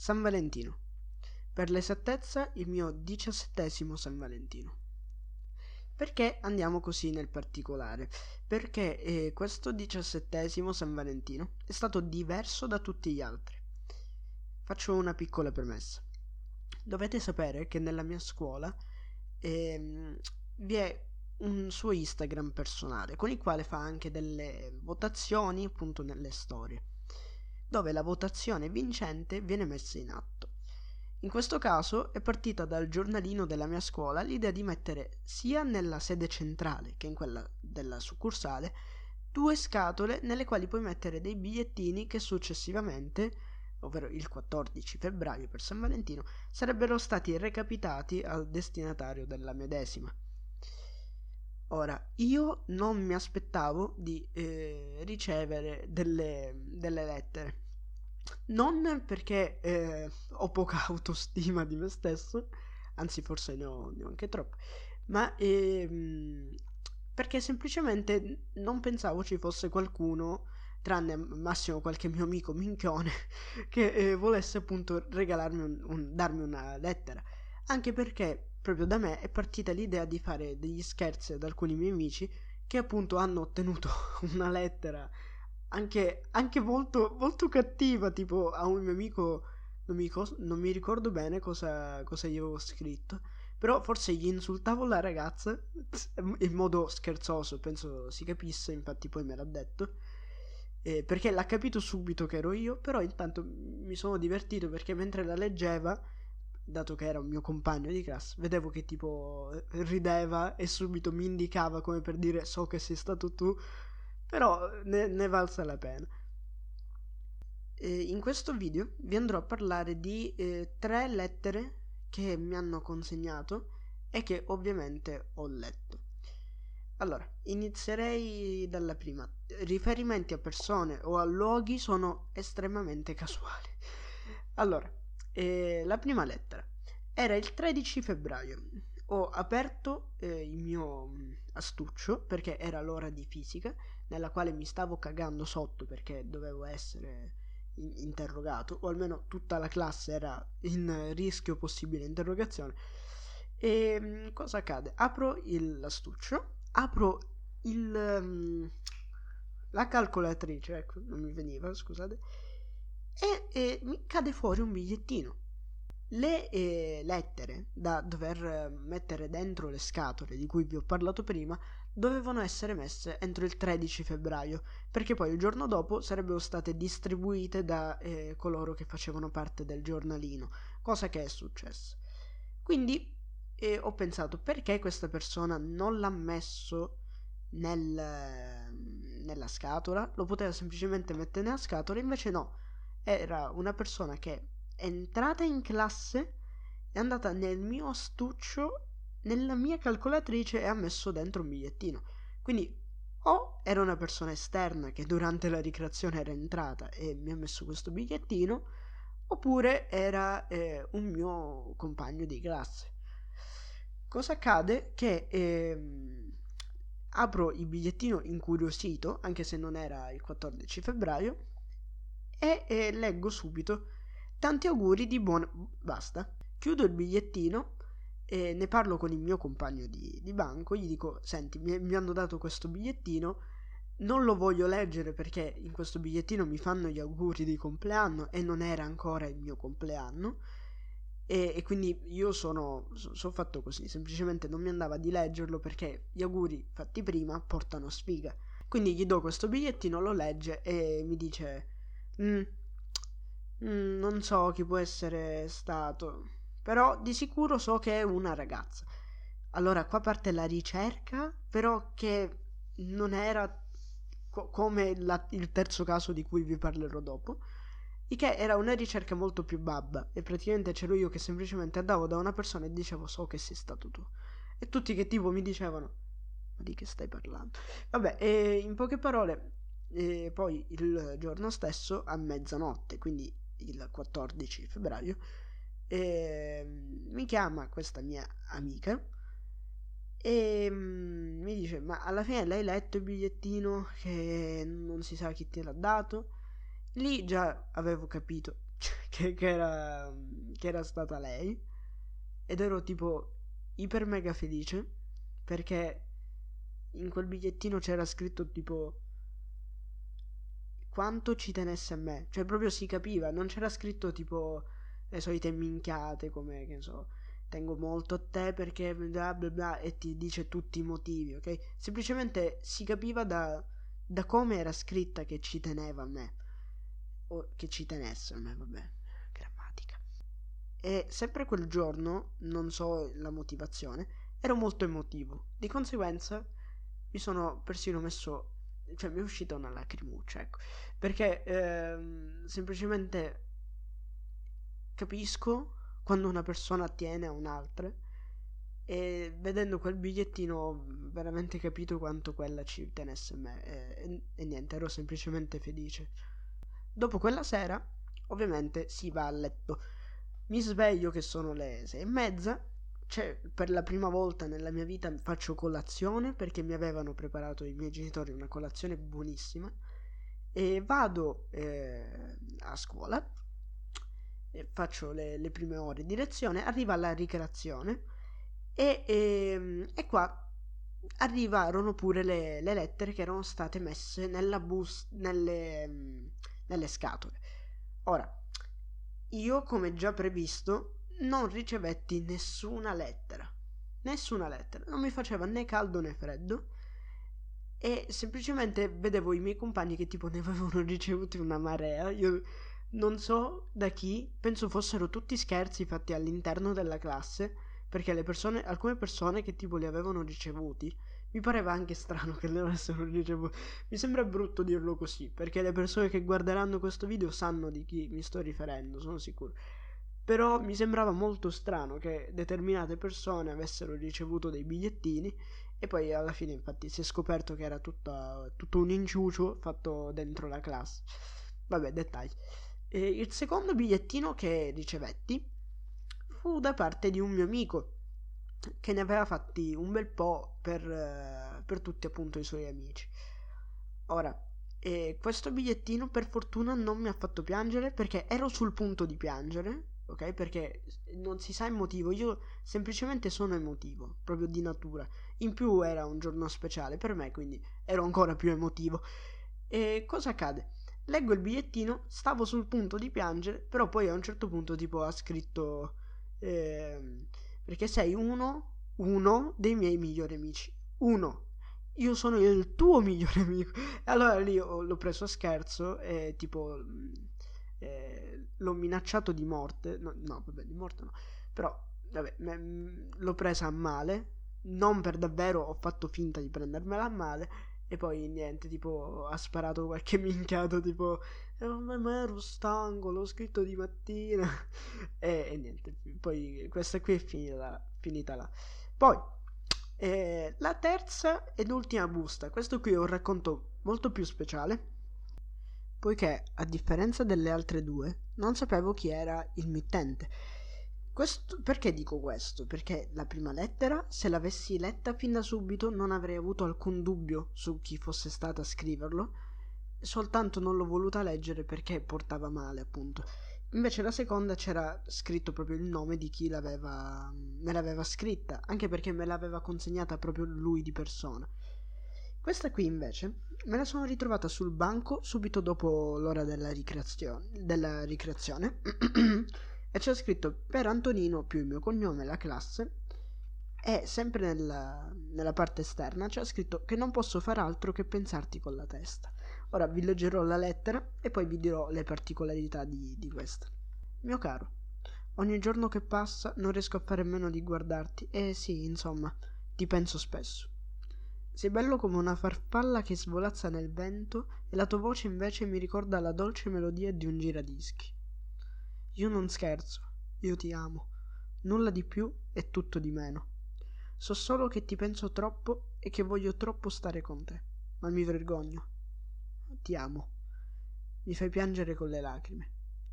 San Valentino. Per l'esattezza il mio 17° San Valentino. Perché andiamo così nel particolare? Perché questo 17° San Valentino è stato diverso da tutti gli altri. Faccio una piccola premessa. Dovete sapere che nella mia scuola vi è un suo Instagram personale con il quale fa anche delle votazioni appunto nelle storie, dove la votazione vincente viene messa in atto. In questo caso è partita dal giornalino della mia scuola l'idea di mettere sia nella sede centrale che in quella della succursale 2 scatole nelle quali puoi mettere dei bigliettini che successivamente, ovvero il 14 febbraio per San Valentino, sarebbero stati recapitati al destinatario della medesima. Ora, io non mi aspettavo di ricevere delle lettere, non perché ho poca autostima di me stesso, anzi forse ne ho anche troppo, ma perché semplicemente non pensavo ci fosse qualcuno, tranne al massimo qualche mio amico minchione, che volesse appunto regalarmi darmi una lettera, anche perché proprio da me è partita l'idea di fare degli scherzi ad alcuni miei amici che appunto hanno ottenuto una lettera anche molto, molto cattiva, tipo a un mio amico non mi ricordo bene cosa gli avevo scritto, però forse gli insultavo la ragazza in modo scherzoso, penso si capisse, infatti poi me l'ha detto, perché l'ha capito subito che ero io, però intanto mi sono divertito perché mentre la leggeva, dato che era un mio compagno di classe, vedevo che tipo rideva e subito mi indicava come per dire so che sei stato tu, però ne valsa la pena. In questo video vi andrò a parlare di 3 lettere che mi hanno consegnato e che ovviamente ho letto. Allora, inizierei dalla prima. Riferimenti a persone o a luoghi sono estremamente casuali. Allora, la prima lettera era il 13 febbraio. Ho aperto il mio astuccio perché era l'ora di fisica, nella quale mi stavo cagando sotto perché dovevo essere interrogato, o almeno tutta la classe era in rischio possibile interrogazione. E cosa accade? Apro l'astuccio, apro la calcolatrice, ecco, non mi veniva, scusate, e mi cade fuori un bigliettino. Le lettere da dover mettere dentro le scatole di cui vi ho parlato prima dovevano essere messe entro il 13 febbraio, perché poi il giorno dopo sarebbero state distribuite da coloro che facevano parte del giornalino, cosa che è successa. Quindi ho pensato, perché questa persona non l'ha messo nella scatola? Lo poteva semplicemente mettere nella scatola, invece no, era una persona che è entrata in classe, è andata nel mio astuccio, nella mia calcolatrice e ha messo dentro un bigliettino. Quindi o era una persona esterna che durante la ricreazione era entrata e mi ha messo questo bigliettino, oppure era un mio compagno di classe. Cosa accade? Che apro il bigliettino incuriosito, anche se non era il 14 febbraio, e leggo subito tanti auguri di buon... Basta. Chiudo il bigliettino e ne parlo con il mio compagno di banco, gli dico, senti, mi hanno dato questo bigliettino, non lo voglio leggere perché in questo bigliettino mi fanno gli auguri di compleanno e non era ancora il mio compleanno, e quindi io sono fatto così, semplicemente non mi andava di leggerlo perché gli auguri fatti prima portano sfiga. Quindi gli do questo bigliettino, lo legge e mi dice non so chi può essere stato, però di sicuro so che è una ragazza. Allora qua parte la ricerca, però che non era come il terzo caso di cui vi parlerò dopo, il che era una ricerca molto più babba, e praticamente c'ero io che semplicemente andavo da una persona e dicevo so che sei stato tu, e tutti che tipo mi dicevano ma di che stai parlando? Vabbè, e in poche parole, poi il giorno stesso a mezzanotte, quindi il 14 febbraio, mi chiama questa mia amica e mi dice ma alla fine l'hai letto il bigliettino che non si sa chi te l'ha dato? Lì già avevo capito, che era stata lei, ed ero tipo iper mega felice perché in quel bigliettino c'era scritto tipo quanto ci tenesse a me, cioè proprio si capiva, non c'era scritto tipo le solite minchiate come, che ne so, tengo molto a te perché bla bla bla e ti dice tutti i motivi, ok? Semplicemente si capiva da come era scritta che ci teneva a me, o che ci tenesse a me, vabbè, grammatica. E sempre quel giorno, non so la motivazione, ero molto emotivo, di conseguenza mi sono persino messo, cioè mi è uscita una lacrimuccia, ecco, perché semplicemente capisco quando una persona tiene a un'altra e vedendo quel bigliettino ho veramente capito quanto quella ci tenesse a me e niente, ero semplicemente felice. Dopo quella sera ovviamente si va a letto, mi sveglio che sono le 6:30, cioè per la prima volta nella mia vita faccio colazione perché mi avevano preparato i miei genitori una colazione buonissima e vado a scuola e faccio le prime ore di lezione, arriva la ricreazione e qua arrivarono pure le lettere che erano state messe nelle scatole. Ora, io come già previsto non ricevetti nessuna lettera, non mi faceva né caldo né freddo e semplicemente vedevo i miei compagni che tipo ne avevano ricevuti una marea. Io non so da chi, penso fossero tutti scherzi fatti all'interno della classe, perché alcune persone che tipo li avevano ricevuti, mi pareva anche strano che li avessero ricevuti. Mi sembra brutto dirlo così, perché le persone che guarderanno questo video sanno di chi mi sto riferendo, sono sicuro. Però mi sembrava molto strano che determinate persone avessero ricevuto dei bigliettini e poi alla fine infatti si è scoperto che era tutto un inciucio fatto dentro la classe. Vabbè, dettagli. Il secondo bigliettino che ricevetti fu da parte di un mio amico che ne aveva fatti un bel po' per tutti appunto i suoi amici. Ora, questo bigliettino per fortuna non mi ha fatto piangere perché ero sul punto di piangere, ok? Perché non si sa il motivo, io semplicemente sono emotivo, proprio di natura. In più era un giorno speciale per me, quindi ero ancora più emotivo. E cosa accade? Leggo il bigliettino, stavo sul punto di piangere, però poi a un certo punto tipo ha scritto perché sei uno dei miei migliori amici. Uno. Io sono il tuo migliore amico. E allora lì l'ho preso a scherzo e tipo l'ho minacciato di morte. No, vabbè, di morte no. Però, vabbè, l'ho presa a male. Non per davvero, ho fatto finta di prendermela a male. E poi niente, tipo ha sparato qualche minchiato tipo ma ero stanco, l'ho scritto di mattina e niente, poi questa qui è finita là. Poi la terza ed ultima busta, questo qui è un racconto molto più speciale poiché a differenza delle altre due non sapevo chi era il mittente. Perché dico questo? Perché la prima lettera, se l'avessi letta fin da subito, non avrei avuto alcun dubbio su chi fosse stata a scriverlo, soltanto non l'ho voluta leggere perché portava male, appunto. Invece la seconda c'era scritto proprio il nome di chi me l'aveva scritta, anche perché me l'aveva consegnata proprio lui di persona. Questa qui invece me la sono ritrovata sul banco subito dopo l'ora della ricreazione e c'è scritto per Antonino più il mio cognome, la classe, e sempre nella parte esterna c'è scritto che non posso far altro che pensarti con la testa. Ora vi leggerò la lettera e poi vi dirò le particolarità di questa. Mio caro, ogni giorno che passa non riesco a fare a meno di guardarti e sì, insomma, ti penso spesso. Sei bello come una farfalla che svolazza nel vento e la tua voce invece mi ricorda la dolce melodia di un giradischi. Io non scherzo, io ti amo, nulla di più e tutto di meno. So solo che ti penso troppo e che voglio troppo stare con te, ma mi vergogno. Ti amo. Mi fai piangere con le lacrime.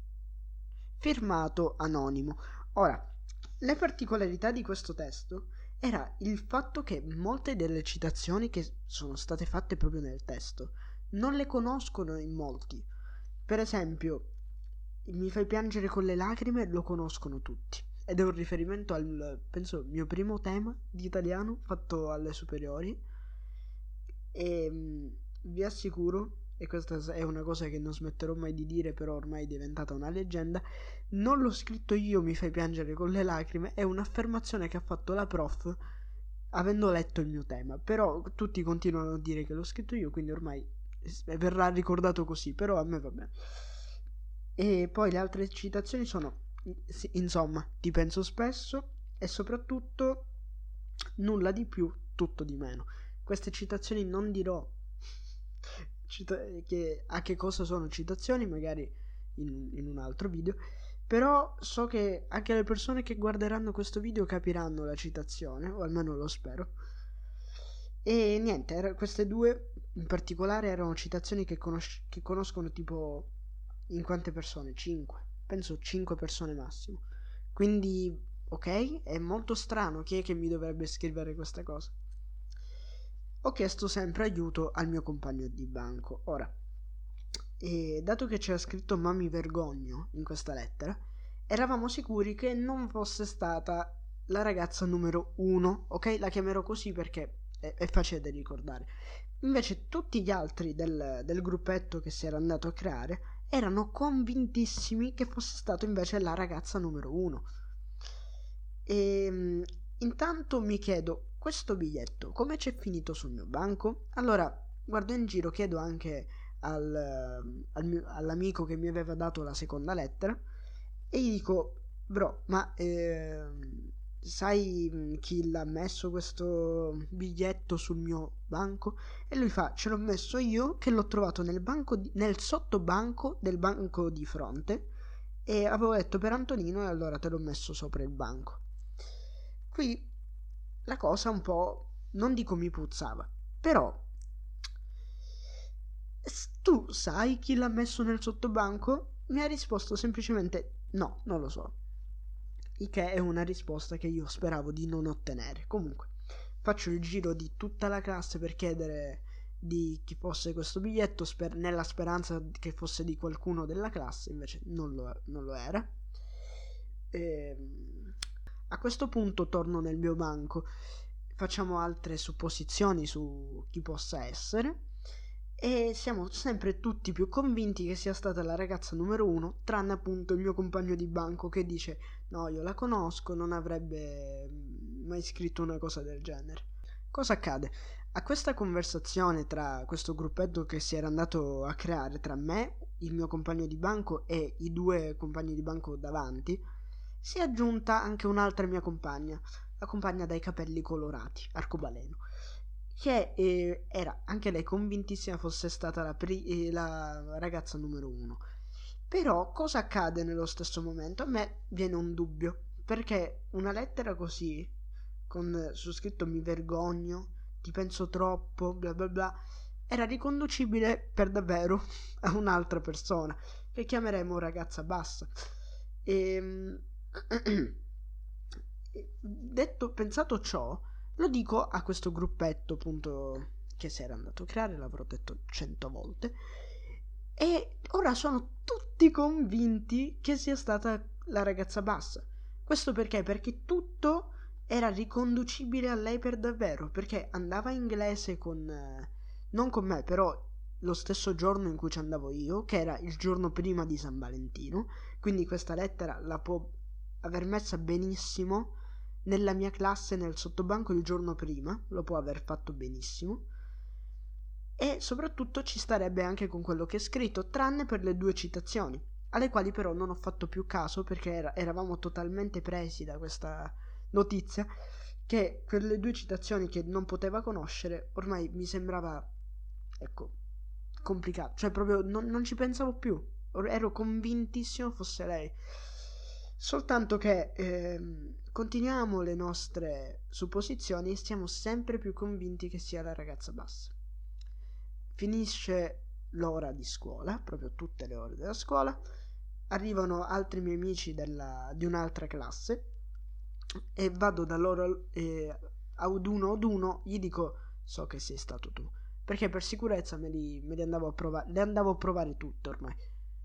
Firmato anonimo. Ora, le particolarità di questo testo era il fatto che molte delle citazioni che sono state fatte proprio nel testo non le conoscono in molti. Per esempio, mi fai piangere con le lacrime lo conoscono tutti. Ed è un riferimento al, penso, mio primo tema di italiano fatto alle superiori. E vi assicuro, e questa è una cosa che non smetterò mai di dire, però ormai è diventata una leggenda, non l'ho scritto io, mi fai piangere con le lacrime, è un'affermazione che ha fatto la prof avendo letto il mio tema. Però tutti continuano a dire che l'ho scritto io, quindi ormai verrà ricordato così, però a me va bene. E poi le altre citazioni sono, insomma, ti penso spesso e soprattutto nulla di più, tutto di meno. Queste citazioni non dirò a che cosa sono citazioni, magari in un altro video, però so che anche le persone che guarderanno questo video capiranno la citazione, o almeno lo spero. E niente, queste due in particolare erano citazioni che conoscono tipo in quante persone? 5. Penso 5 persone massimo. Quindi, ok, è molto strano. Chi è che mi dovrebbe scrivere questa cosa? Ho chiesto sempre aiuto al mio compagno di banco. Ora, dato che c'era scritto ma mi vergogno in questa lettera, eravamo sicuri che non fosse stata la ragazza numero 1, ok? La chiamerò così perché è facile da ricordare. Invece tutti gli altri del gruppetto che si era andato a creare erano convintissimi che fosse stato invece la ragazza numero 1. E intanto mi chiedo, questo biglietto come c'è finito sul mio banco? Allora guardo in giro, chiedo anche all'amico che mi aveva dato la seconda lettera e gli dico, bro, ma sai chi l'ha messo questo biglietto sul mio banco? E lui fa, ce l'ho messo io, che l'ho trovato nel sottobanco del banco di fronte, e avevo detto per Antonino e allora te l'ho messo sopra il banco. Qui la cosa un po', non dico mi puzzava, però tu sai chi l'ha messo nel sottobanco? Mi ha risposto semplicemente no, non lo so. Il che è una risposta che io speravo di non ottenere. Comunque, faccio il giro di tutta la classe per chiedere di chi fosse questo biglietto, nella speranza che fosse di qualcuno della classe, invece non lo era. A questo punto torno nel mio banco, facciamo altre supposizioni su chi possa essere e siamo sempre tutti più convinti che sia stata la ragazza numero 1, tranne appunto il mio compagno di banco che dice no, io la conosco, non avrebbe mai scritto una cosa del genere. Cosa accade? A questa conversazione tra questo gruppetto che si era andato a creare tra me, il mio compagno di banco e i due compagni di banco davanti, si è aggiunta anche un'altra mia compagna, la compagna dai capelli colorati, arcobaleno, che era anche lei convintissima fosse stata la ragazza numero 1. Però cosa accade nello stesso momento? A me viene un dubbio, perché una lettera così, con su scritto mi vergogno, ti penso troppo, bla bla bla, era riconducibile per davvero a un'altra persona, che chiameremo ragazza bassa. Pensato ciò, lo dico a questo gruppetto appunto che si era andato a creare, l'avrò detto 100 volte, e ora sono tutti convinti che sia stata la ragazza bassa. Questo perché? Perché tutto era riconducibile a lei per davvero, perché andava in inglese non con me, però lo stesso giorno in cui ci andavo io, che era il giorno prima di San Valentino, quindi questa lettera la può aver messa benissimo nella mia classe nel sottobanco il giorno prima, lo può aver fatto benissimo, e soprattutto ci starebbe anche con quello che è scritto, tranne per le 2 citazioni, alle quali però non ho fatto più caso perché eravamo totalmente presi da questa notizia, che quelle 2 citazioni che non poteva conoscere ormai mi sembrava, ecco, complicato, cioè proprio non ci pensavo più, ero convintissimo fosse lei. Soltanto che continuiamo le nostre supposizioni e siamo sempre più convinti che sia la ragazza bassa. Finisce l'ora di scuola, proprio tutte le ore della scuola, arrivano altri miei amici di un'altra classe e vado da loro ad uno gli dico so che sei stato tu, perché per sicurezza me li andavo a provare, le andavo a provare tutte ormai.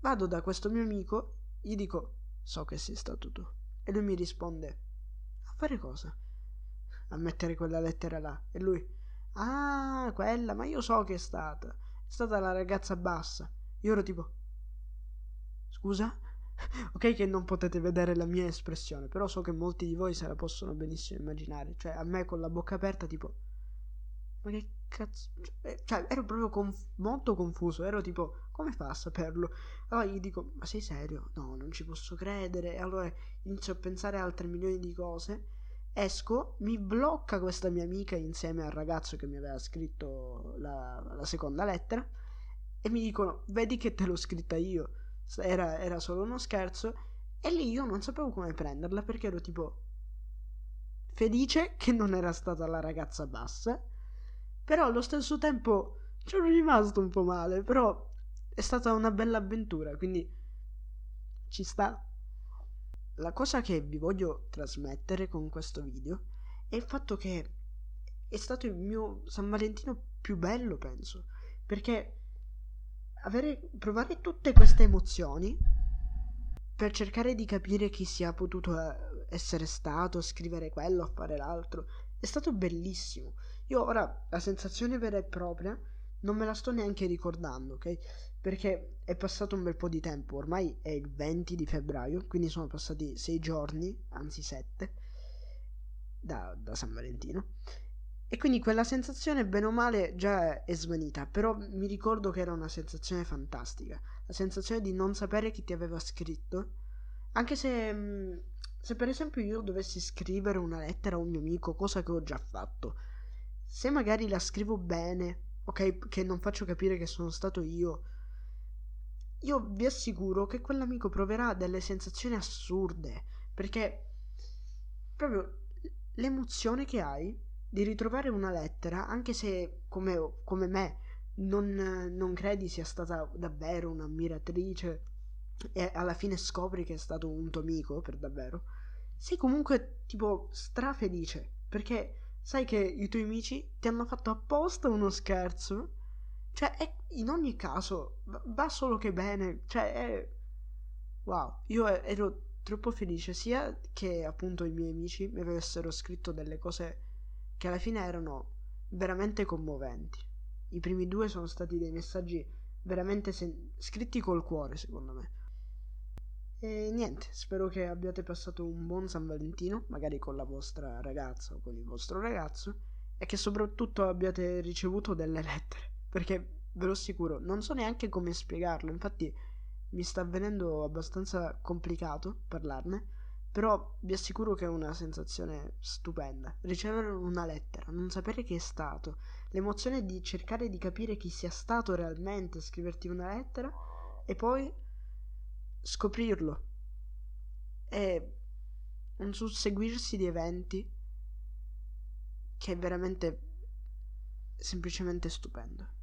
vado da questo mio amico, gli dico: so che sei stato tu. E lui mi risponde: a fare cosa? A mettere quella lettera là. E lui: ah, quella, ma io so che è stata la ragazza bassa. Io ero tipo: scusa? Ok che non potete vedere la mia espressione, però so che molti di voi se la possono benissimo immaginare. Cioè, a me con la bocca aperta tipo: ma che cazzo? Cioè, ero proprio molto confuso. Ero tipo: come fa a saperlo? Allora gli dico: ma sei serio? No, non ci posso credere. E allora inizio a pensare a altre milioni di cose. Esco, mi blocca questa mia amica insieme al ragazzo che mi aveva scritto la seconda lettera. E mi dicono: vedi che te l'ho scritta io. Era solo uno scherzo. E lì io non sapevo come prenderla, perché ero tipo felice che non era stata la ragazza bassa, però allo stesso tempo ci ero rimasto un po' male. Però è stata una bella avventura, quindi ci sta. La cosa che vi voglio trasmettere con questo video è il fatto che è stato il mio San Valentino più bello, penso, perché provare tutte queste emozioni per cercare di capire chi sia potuto essere stato, scrivere quello, fare l'altro, è stato bellissimo. Io ora la sensazione vera e propria non me la sto neanche ricordando, ok? Perché è passato un bel po' di tempo, ormai è il 20 di febbraio, quindi sono passati 6 giorni, anzi 7, da San Valentino. E quindi quella sensazione, bene o male, già è svanita, però mi ricordo che era una sensazione fantastica. La sensazione di non sapere chi ti aveva scritto, anche se per esempio io dovessi scrivere una lettera a un mio amico, cosa che ho già fatto, se magari la scrivo bene, ok, che non faccio capire che sono stato io vi assicuro che quell'amico proverà delle sensazioni assurde, perché proprio l'emozione che hai di ritrovare una lettera, anche se come me non credi sia stata davvero un'ammiratrice e alla fine scopri che è stato un tuo amico per davvero, sei comunque tipo strafelice, perché sai che i tuoi amici ti hanno fatto apposta uno scherzo. Cioè, in ogni caso va solo che bene. Cioè, wow, io ero troppo felice sia che appunto i miei amici mi avessero scritto delle cose che alla fine erano veramente commoventi. I primi due sono stati dei messaggi veramente scritti col cuore, secondo me. E niente, spero che abbiate passato un buon San Valentino, magari con la vostra ragazza o con il vostro ragazzo, e che soprattutto abbiate ricevuto delle lettere, perché ve lo assicuro, non so neanche come spiegarlo. Infatti mi sta avvenendo abbastanza complicato parlarne, però vi assicuro che è una sensazione stupenda. Ricevere una lettera, non sapere chi è stato, l'emozione di cercare di capire chi sia stato realmente, scriverti una lettera e poi scoprirlo. È un susseguirsi di eventi che è veramente semplicemente stupendo.